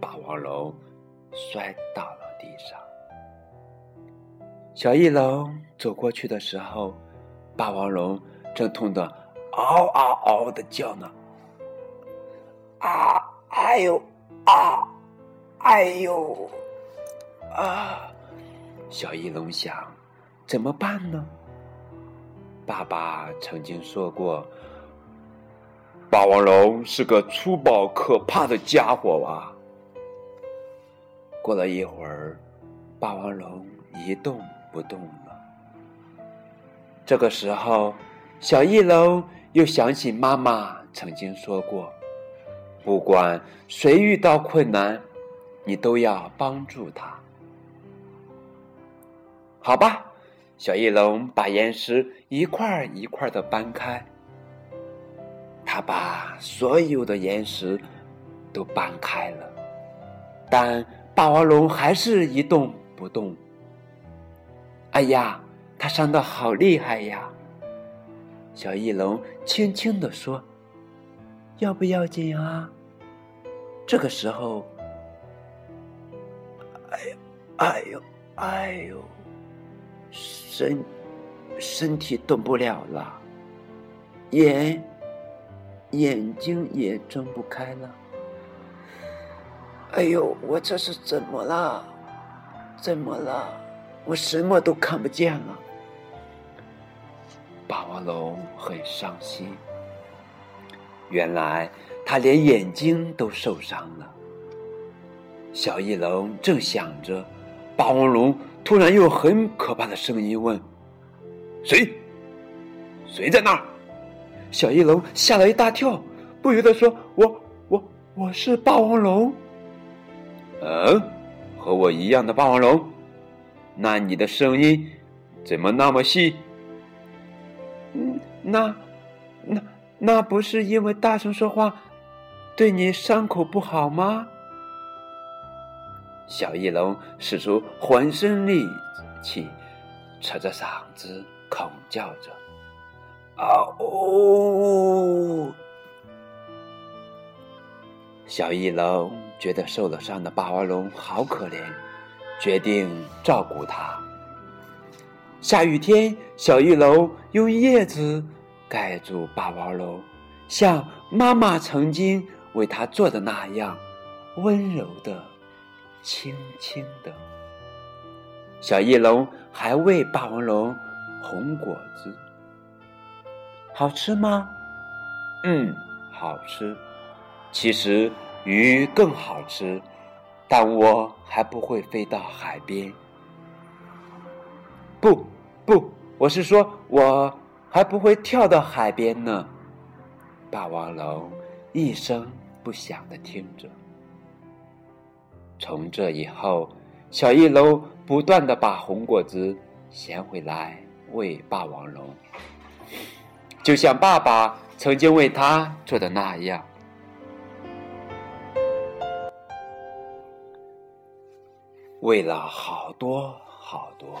霸王龙摔到了地上。小翼龙走过去的时候，霸王龙正痛得嗷嗷嗷的叫呢。啊，哎呦，啊，哎呦，啊！小翼龙想，怎么办呢？爸爸曾经说过，霸王龙是个粗暴可怕的家伙啊。过了一会儿，霸王龙一动不动了。这个时候，小翼龙又想起妈妈曾经说过，不管谁遇到困难，你都要帮助他。好吧，小翼龙把岩石一块一块地搬开，他把所有的岩石都搬开了，但霸王龙还是一动不动。哎呀，他伤得好厉害呀！小翼龙轻轻地说：“要不要紧啊？”这个时候，哎呦，哎呦，身体动不了了，眼睛也睁不开了。哎呦，我这是怎么了？怎么了？我什么都看不见了。霸王龙很伤心，原来他连眼睛都受伤了。小翼龙正想着，霸王龙突然用很可怕的声音问：“谁在那儿？”小翼龙吓了一大跳，不由得说：“我是霸王龙。”和我一样的霸王龙？那你的声音怎么那么细？那不是因为大声说话对你伤口不好吗？小翼龙使出浑身力气，扯着嗓子恐叫着：“哦！”小翼龙觉得受了伤的霸王龙好可怜，决定照顾它。下雨天，小翼龙用叶子盖住霸王龙，像妈妈曾经为它做的那样，温柔的、轻轻的。小翼龙还喂霸王龙红果子。好吃吗？好吃。其实鱼更好吃，但我还不会飞到海边。不，我是说我还不会跳到海边呢。霸王龙一声不响地听着。从这以后，小翼龙不断地把红果子衔回来喂霸王龙，就像爸爸曾经为他做的那样。喂了好多好多。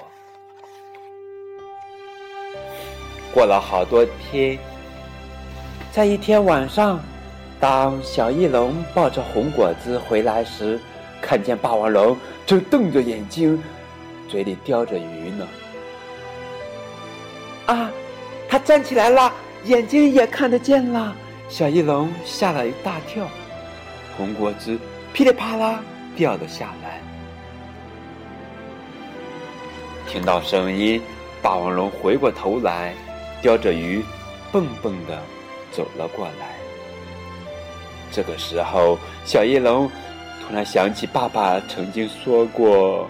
过了好多天，在一天晚上，当小翼龙抱着红果子回来时，看见霸王龙正瞪着眼睛，嘴里叼着鱼呢。啊，它站起来了，眼睛也看得见了。小翼龙吓了一大跳，红果子噼里啪啦掉了下来。听到声音，霸王龙回过头来，叼着鱼蹦蹦地走了过来。这个时候，小翼龙突然想起爸爸曾经说过：“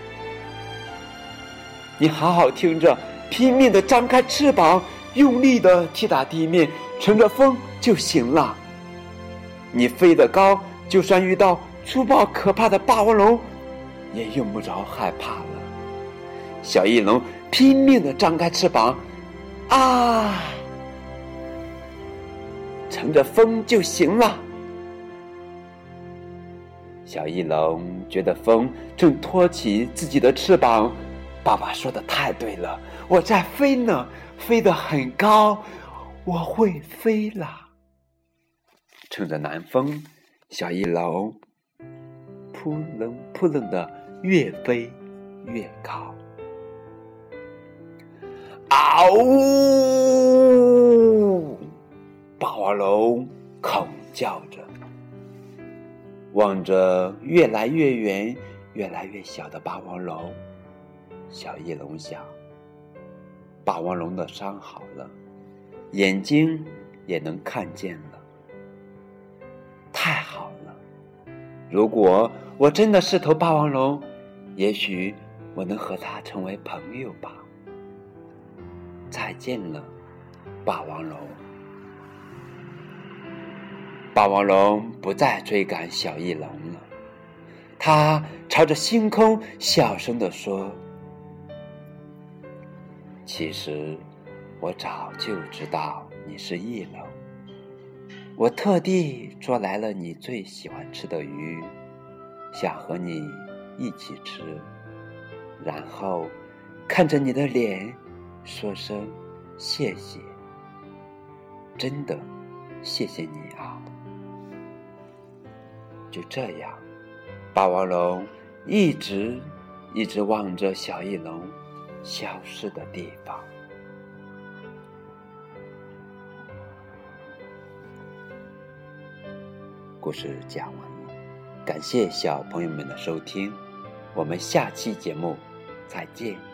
你好好听着，拼命地张开翅膀，用力地踢打地面，乘着风就行了。你飞得高，就算遇到粗暴可怕的霸王龙，也用不着害怕了。”小翼龙拼命地张开翅膀，乘着风就行了。小翼龙觉得风正托起自己的翅膀，爸爸说的太对了，我在飞呢，飞得很高，我会飞了。乘着南风，小翼龙扑棱扑棱的越飞越高。嗷呜！霸王龙恐叫着，望着越来越远、越来越小的霸王龙，小翼龙想：霸王龙的伤好了，眼睛也能看见了，太好了！如果我真的是头霸王龙，也许我能和它成为朋友吧。再见了，霸王龙。霸王龙不再追赶小翼龙了，它朝着星空小声地说：其实我早就知道你是翼龙，我特地捉来了你最喜欢吃的鱼，想和你一起吃，然后看着你的脸说声谢谢，真的谢谢你啊。就这样，霸王龙一直望着小翼龙消失的地方。故事讲完了，感谢小朋友们的收听，我们下期节目再见。